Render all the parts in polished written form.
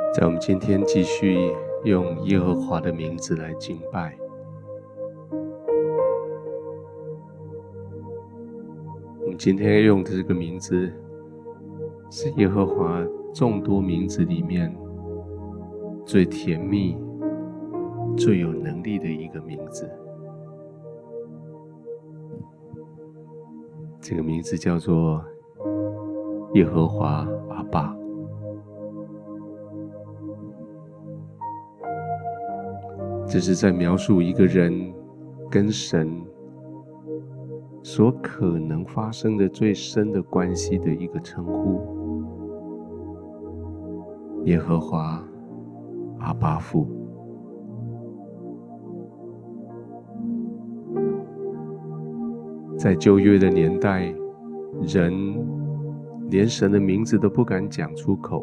在我们今天继续用耶和华的名字来敬拜。我们今天用的这个名字是耶和华众多名字里面最甜蜜、最有能力的一个名字。这个名字叫做耶和华阿爸。这是在描述一个人跟神所可能发生的最深的关系的一个称呼。耶和华阿爸父。在旧约的年代，人连神的名字都不敢讲出口，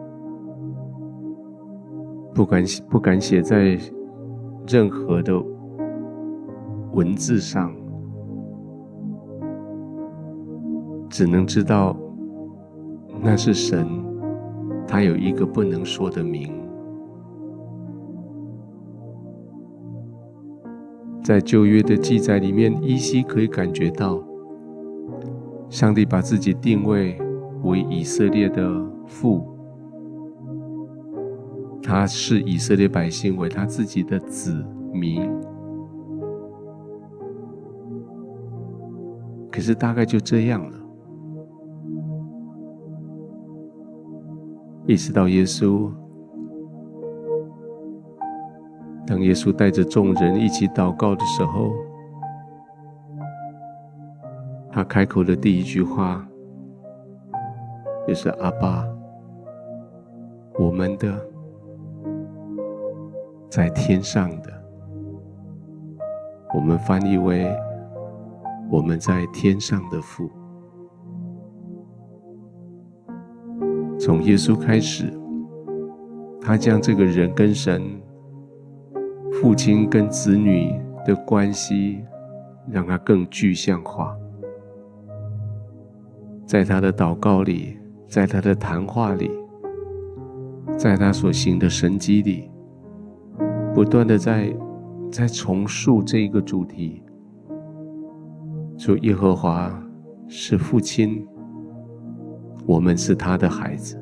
不敢写在任何的文字上，只能知道那是神，他有一个不能说的名。在旧约的记载里面，依稀可以感觉到上帝把自己定位为以色列的父，他视以色列百姓为他自己的子民。可是大概就这样了，一直到耶稣，当耶稣带着众人一起祷告的时候，他开口的第一句话就是阿爸，我们的在天上的，我们翻译为我们在天上的父。从耶稣开始，他将这个人跟神、父亲跟子女的关系让它更具象化。在他的祷告里，在他的谈话里，在他所行的神迹里，不断的在重述这一个主题，说耶和华是父亲，我们是他的孩子。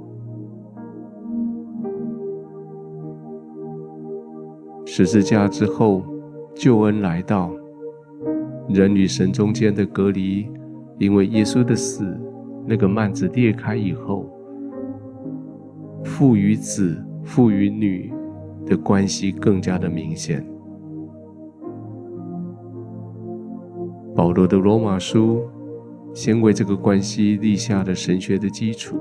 十字架之后，救恩来到，人与神中间的隔离，因为耶稣的死，那个幔子裂开以后，父与子、父与女的关系更加的明显。保罗的罗马书先为这个关系立下了神学的基础。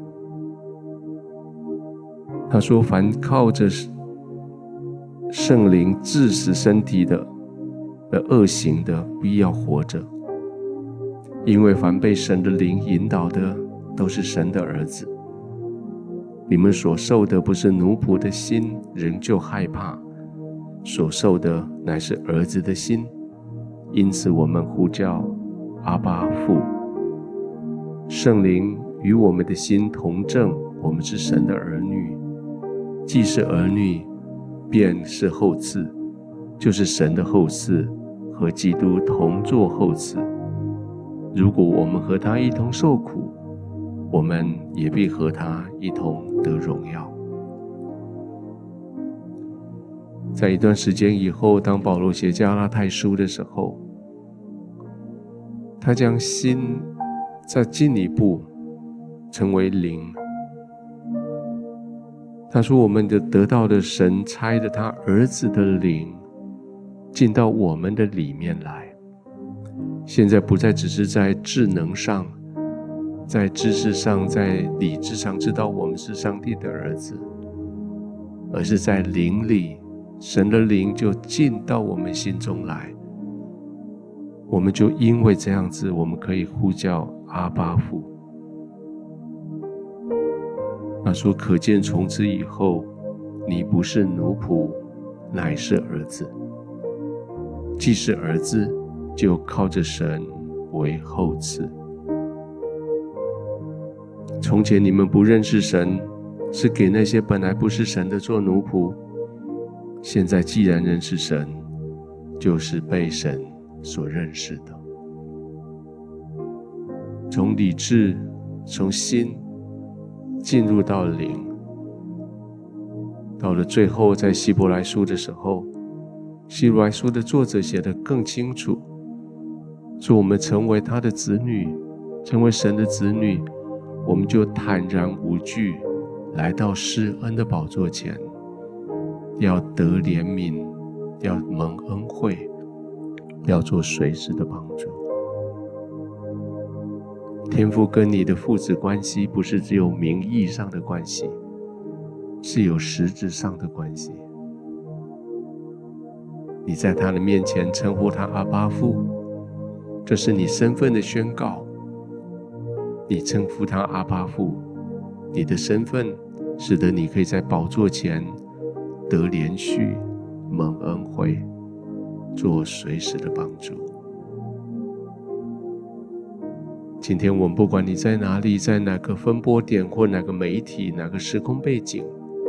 他说，凡靠着圣灵致死身体的恶行的，必要活着，因为凡被神的灵引导的，都是神的儿子。你们所受的不是奴仆的心，仍旧害怕，所受的乃是儿子的心，因此我们呼叫阿爸父。圣灵与我们的心同证，我们是神的儿女，既是儿女，便是后嗣，就是神的后嗣，和基督同作后嗣。如果我们和他一同受苦，我们也必和他一同得荣耀。在一段时间以后，当保罗写加拉太书的时候，他将心再进一步成为灵。他说，我们得到的神差的他儿子的灵进到我们的里面来，现在不再只是在智能上，在知识上，在理智上知道我们是上帝的儿子，而是在灵里，神的灵就进到我们心中来。我们就因为这样子，我们可以呼叫阿爸父。他说，可见从此以后，你不是奴仆，乃是儿子。既是儿子，就靠着神为后嗣。从前你们不认识神， 是给那些本来不是神的做奴仆，现在既然认识神，就是被神所认识的。从理智，从心进入到灵，到了最后在希伯来书的时候，希伯来书的作者写得更清楚，说我们成为他的子女，成为神的子女，我们就坦然无惧来到施恩的宝座前，要得怜悯，要蒙恩惠，要做随时的帮助。天父跟你的父子关系不是只有名义上的关系，是有实质上的关系。你在他的面前称呼他阿爸父，这是你身份的宣告。你称呼他阿爸父，你的身份使得你可以在宝座前得连续蒙恩惠，做随时的帮助。今天我们不管你在哪里，在哪个分拨点或哪个媒体，哪个时空背景，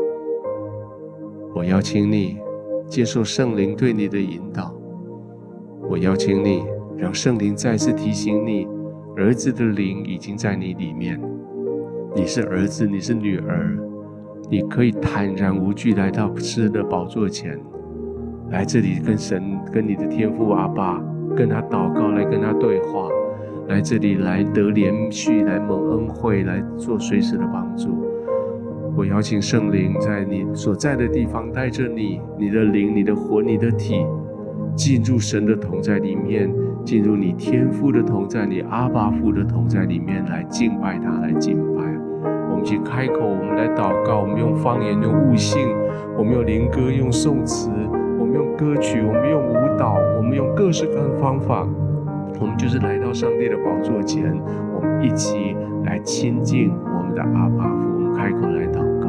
我邀请你接受圣灵对你的引导。我邀请你让圣灵再次提醒你，儿子的灵已经在你里面，你是儿子，你是女儿，你可以坦然无惧来到施恩的宝座前，来这里跟神，跟你的天父阿爸，跟他祷告，来跟他对话，来这里来得连续，来蒙恩惠，来做随时的帮助。我邀请圣灵在你所在的地方带着你，你的灵，你的魂，你的体，进入神的同在里面，进入你天父的同在，你阿爸父的同在里面，来敬拜他，来敬拜。我们一起开口，我们来祷告，我们用方言，用悟性，我们用灵歌，用颂词，我们用歌曲，我们用舞蹈，我们用各式各样的方法，我们就是来到上帝的宝座前，我们一起来亲近我们的阿爸父。我们开口来祷告。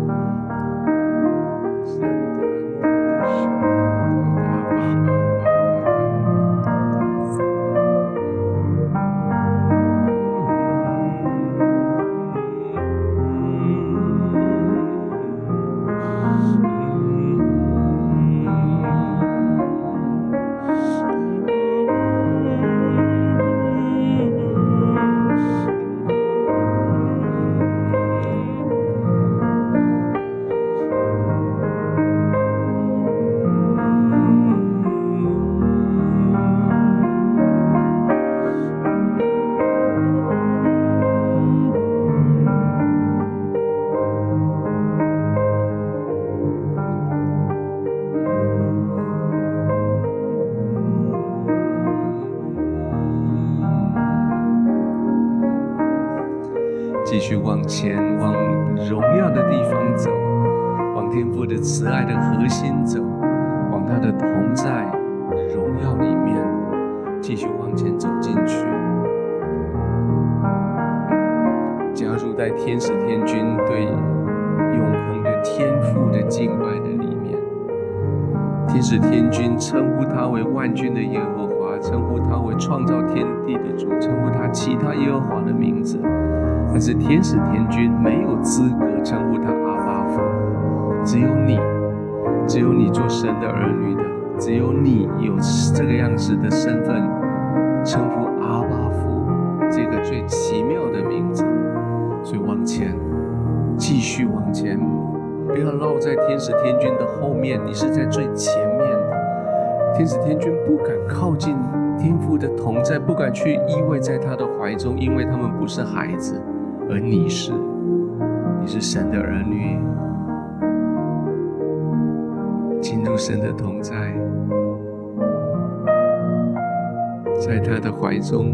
继续往前，往荣耀的地方走，往天父的慈爱的核心走，往他的同在荣耀里面继续往前走进去，加入在天使天军对永恒的天父的敬拜的里面。天使天军称呼他为万军的耶和华，称呼他为创造天地的主，称呼他其他耶和华的名字。但是天使天军没有资格称呼他阿爸父，只有你做神的儿女的，只有你有这个样子的身份，称呼阿爸父这个最奇妙的名字。所以往前，继续往前，不要绕在天使天军的后面，你是在最前面的。天使天军不敢靠近天父的同在，不敢去依偎在他的怀中，因为他们不是孩子。而你是神的儿女，进入神的同在，在他的怀中，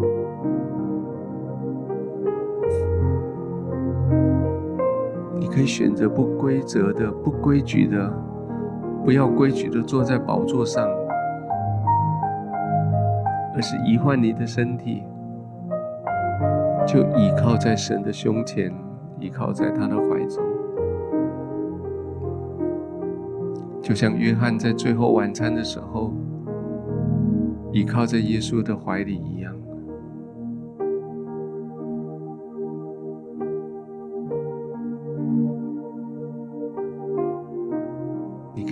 你可以选择不规则的、不规矩的，不要规矩的坐在宝座上，而是移换你的身体，就倚靠在神的胸前，倚靠在他的怀中，就像约翰在最后晚餐的时候倚靠在耶稣的怀里一样。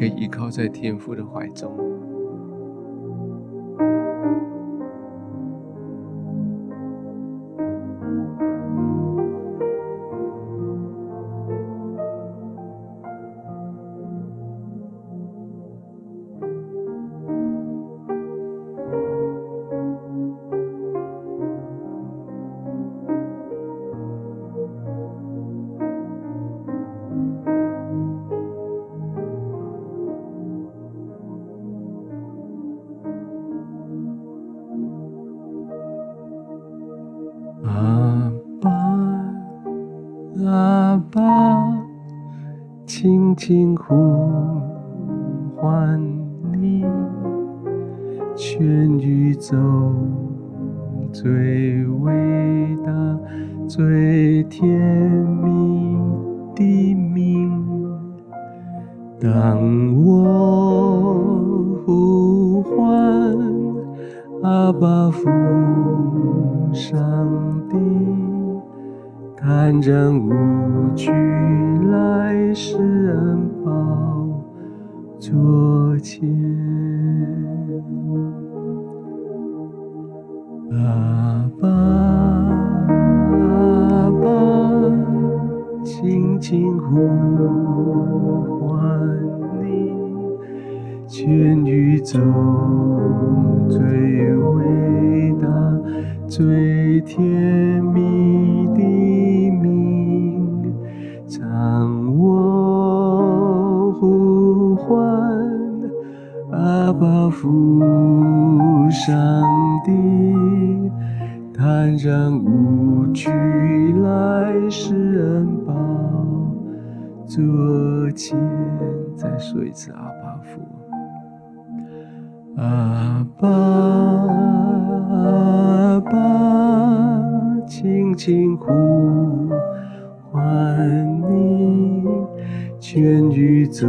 可以依靠在天父的怀中。阿爸，阿爸，轻轻呼唤你，全宇宙最伟大、最甜蜜的名。当我呼唤阿爸父上帝，坦然无惧来施恩宝座前。阿爸，阿爸，轻轻呼唤你，全宇宙最伟大、最甜蜜的名，当我呼唤阿爸父上帝，坦然无惧来施恩宝座前。再说一次，阿爸父，阿爸，阿爸，轻轻呼唤你，全宇宙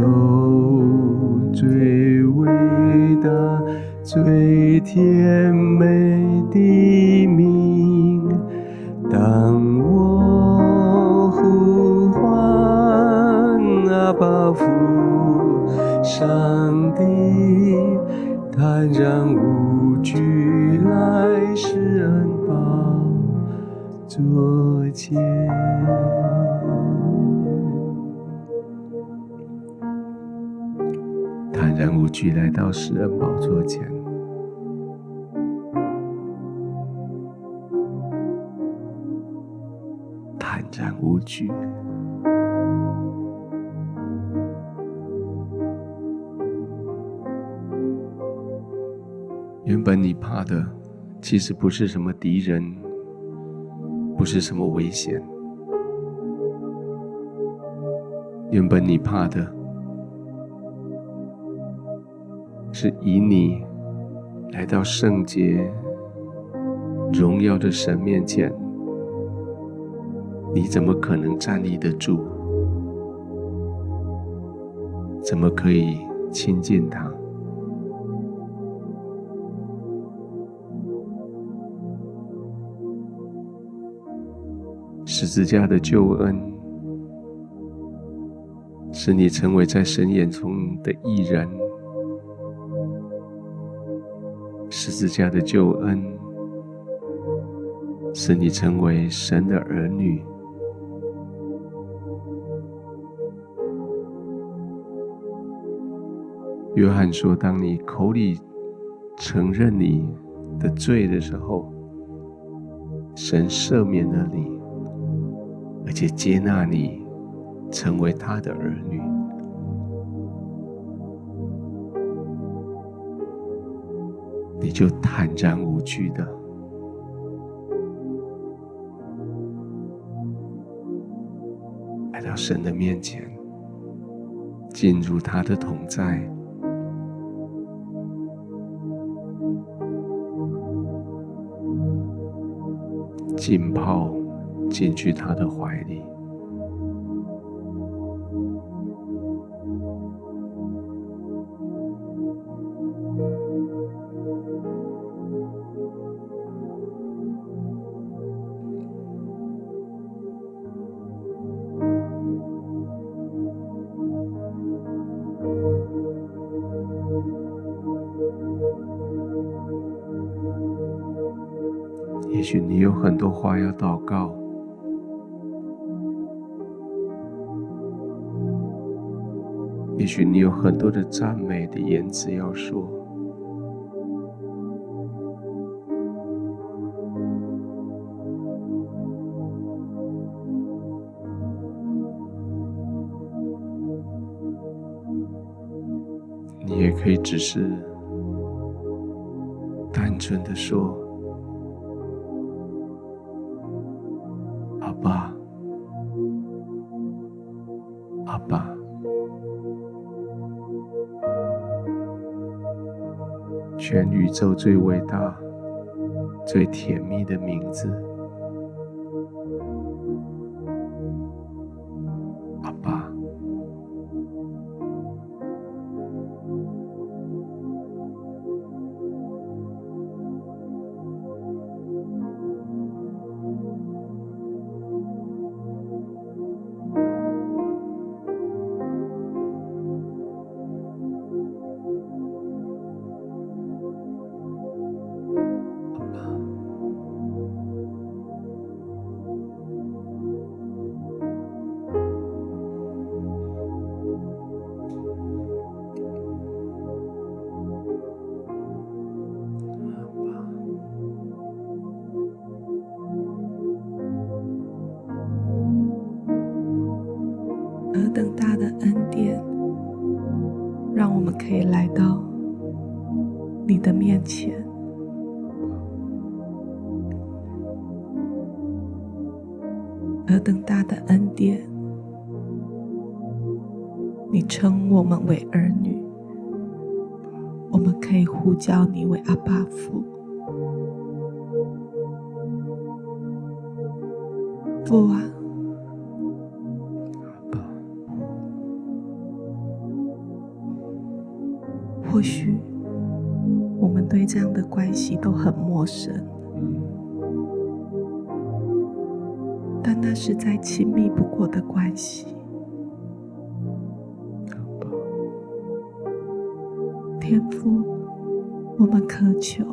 最伟大、最甜美的名，当我呼唤阿爸父上帝，坦然无惧来施恩宝座前。坦然无惧来到施恩宝座前，坦然无惧。原本你怕的其实不是什么敌人，不是什么危险，原本你怕的是以你来到圣洁荣耀的神面前，你怎么可能站立得住？怎么可以亲近他？十字架的救恩使你成为在神眼中的义人，十字架的救恩使你成为神的儿女。约翰说，当你口里承认你的罪的时候，神赦免了你，而且接纳你成为他的儿女。你就坦然无惧的来到神的面前，进入他的同在，浸泡进去他的怀里。 许你有很多话要祷告，也许你有很多的赞美的言辞要说，你也可以只是单纯的说：阿爸，阿爸。全宇宙最伟大、最甜蜜的名字，阿爸。 何等大的恩典，让我们可以来到你的面前。何等大的恩典，你称我们为儿女，我们可以呼叫你为阿爸父。父啊，或许我们对这样的关系都很陌生，但那是再亲密不过的关系。天父，我们渴求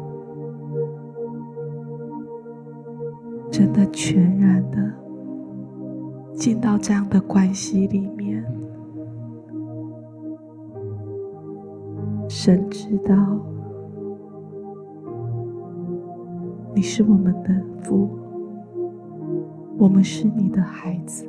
真的全然的进到这样的关系里面，神知道你是我们的父，我们是你的孩子。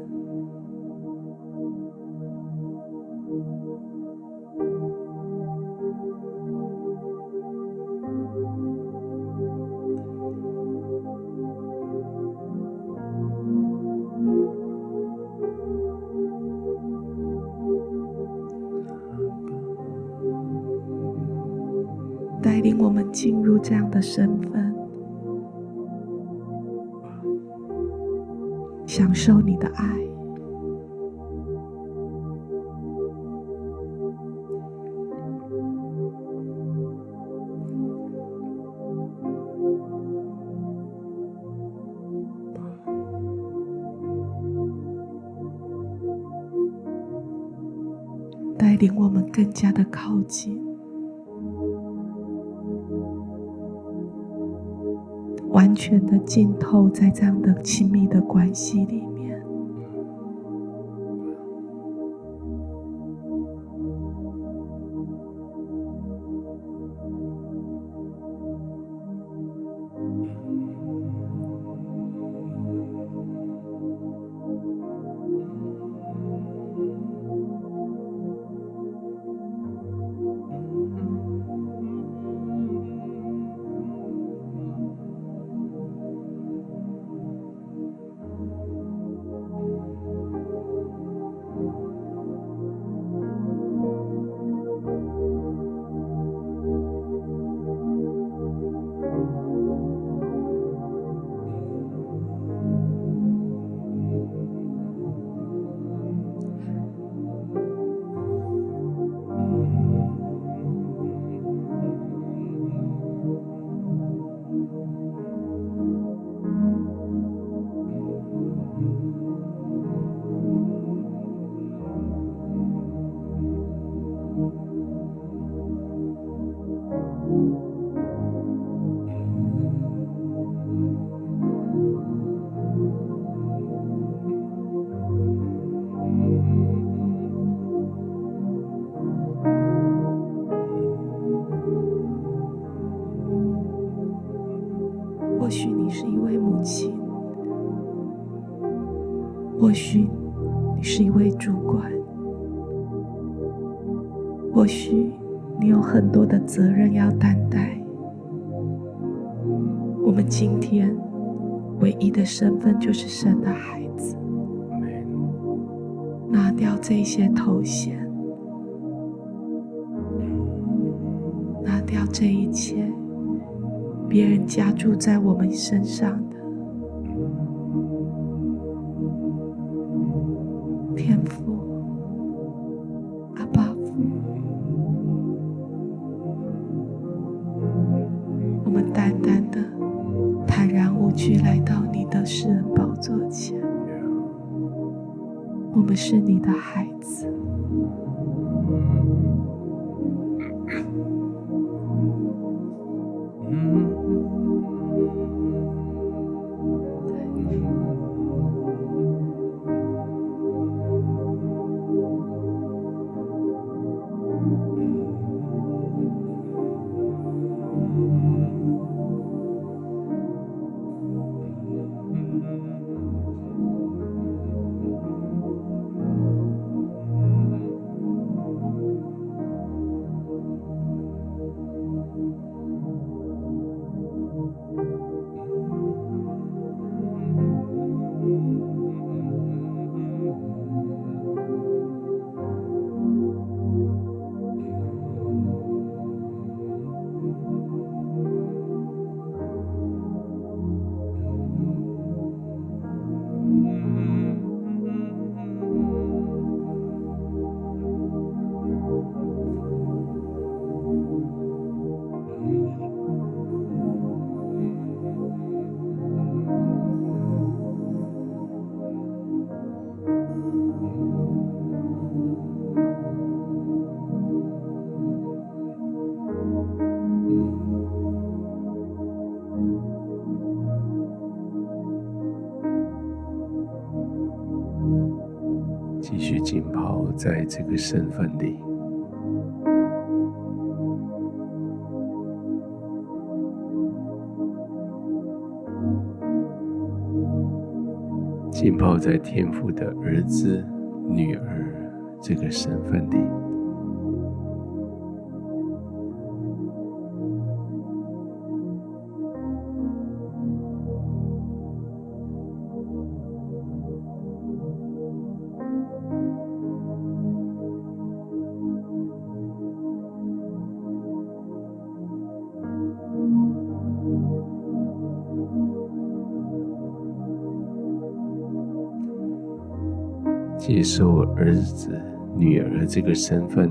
带领我们进入这样的身份，享受你的爱。带领我们更加的靠近，完全的浸透在这样的亲密的关系里面。 或许你是一位主管，或许你有很多的责任要担待。我们今天唯一的身份就是神的孩子。拿掉这些头衔，拿掉这一切别人加注在我们身上的。天父，阿爸父，我们单单的坦然无惧来到你的施恩宝座前。我们是你的孩子， 继续浸泡在这个身份里，浸泡在天父的儿子、女儿这个身份里。接受儿子、女儿这个身份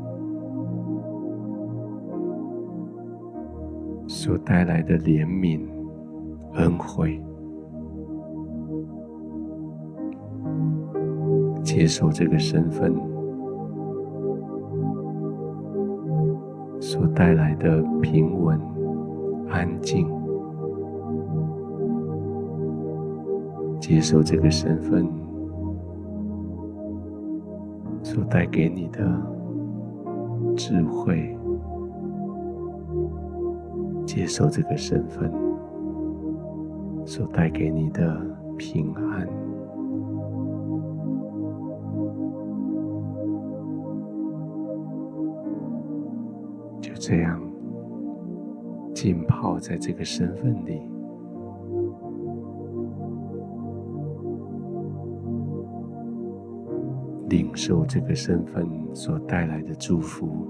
所带来的怜悯、恩惠，接受这个身份所带来的平稳、安静，接受这个身份所带给你的智慧，接受这个身份所带给你的平安。就这样浸泡在这个身份里，领受这个身份所带来的祝福。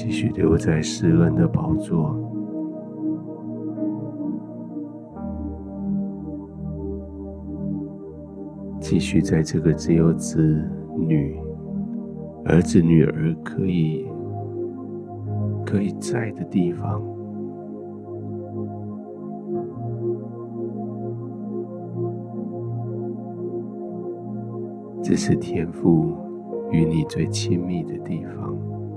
继续留在施恩的宝座，继续在这个只有子女、儿子、女儿可以在的地方，这是天父与你最亲密的地方。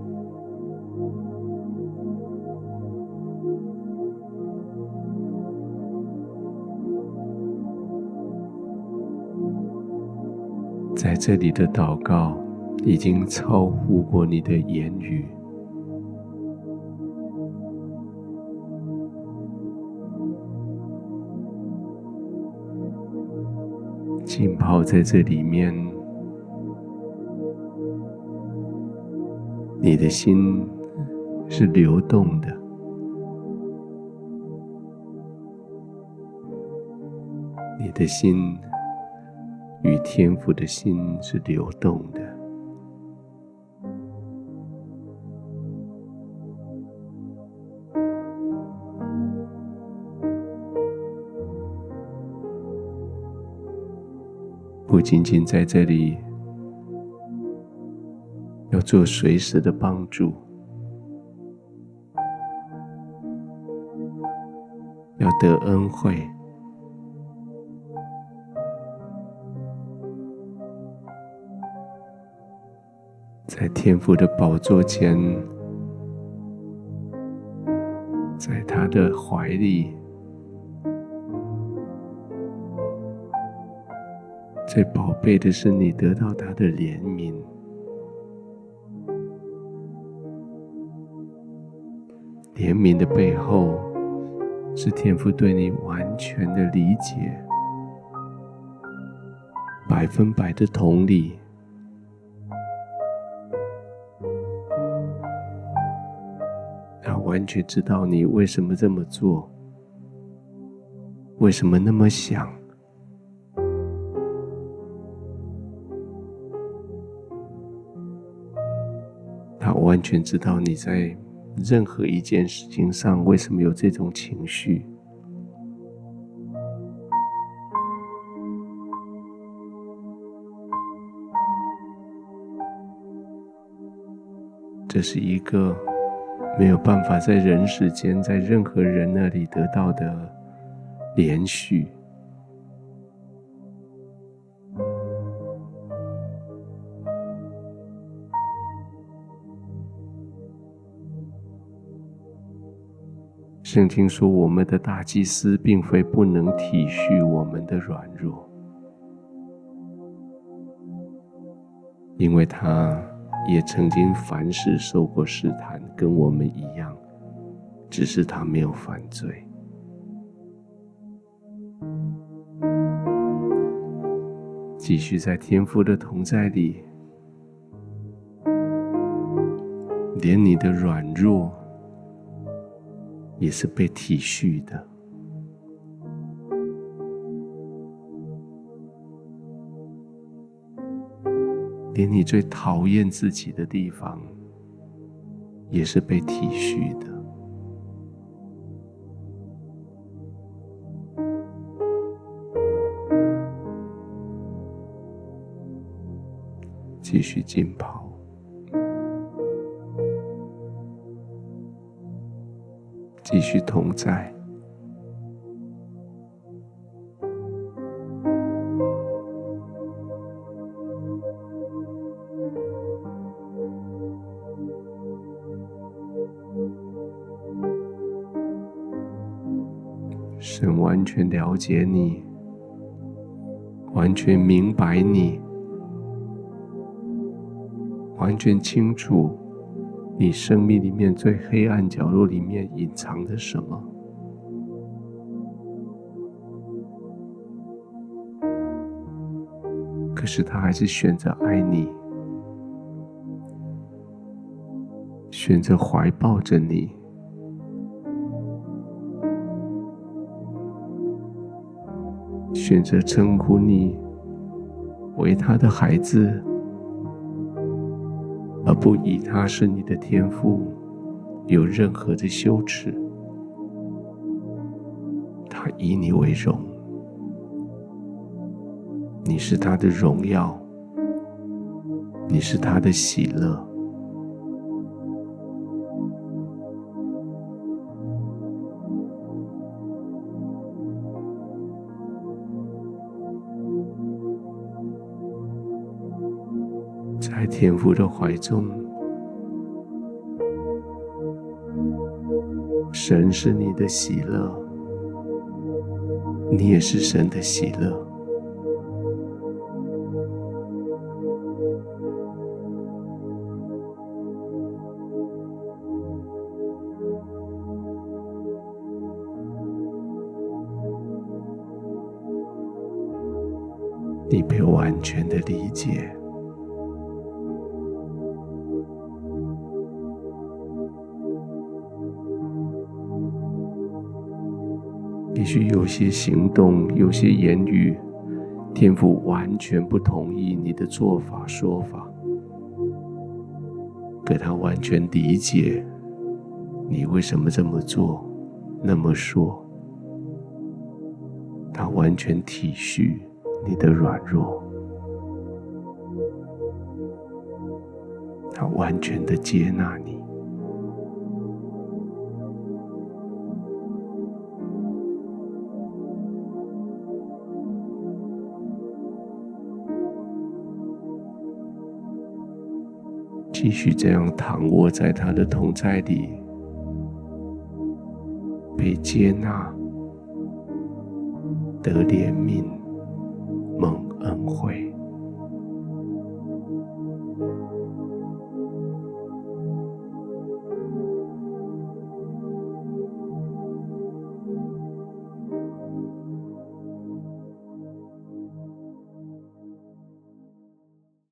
在这里的祷告已经超乎过你的言语，浸泡在这里面，你的心是流动的，你的心与天父的心是流动的。不仅仅在这里要做随时的帮助，要得恩惠，在天父的宝座前，在他的怀里，最宝贝的是你得到他的怜悯，怜悯的背后是天父对你完全的理解，100%的同理，他完全知道你为什么这么做，为什么那么想，他完全知道你在任何一件事情上为什么有这种情绪。这是一个没有办法在人世间，在任何人那里得到的连续。圣经说，我们的大祭司并非不能体恤我们的软弱，因为他也曾经凡事受过试探，跟我们一样，只是他没有犯罪。继续在天父的同在里，连你的软弱也是被体恤的。连你最讨厌自己的地方也是被体恤的。继续浸泡，继续同在。神完全了解你，完全明白你，完全清楚你生命里面最黑暗角落里面隐藏着什么。可是他还是选择爱你，选择怀抱着你，选择称呼你为他的孩子，而不以他是你的天父有任何的羞耻，他以你为荣，你是他的荣耀，你是他的喜乐。在天父的怀中，神是你的喜乐，你也是神的喜乐。你被完全的理解，也许有些行动，有些言语，天父完全不同意你的做法说法，可他完全理解你为什么这么做那么说，他完全体恤你的软弱，他完全的接纳你。继续这样躺卧在他的同在里，被接纳，得怜悯，蒙恩惠。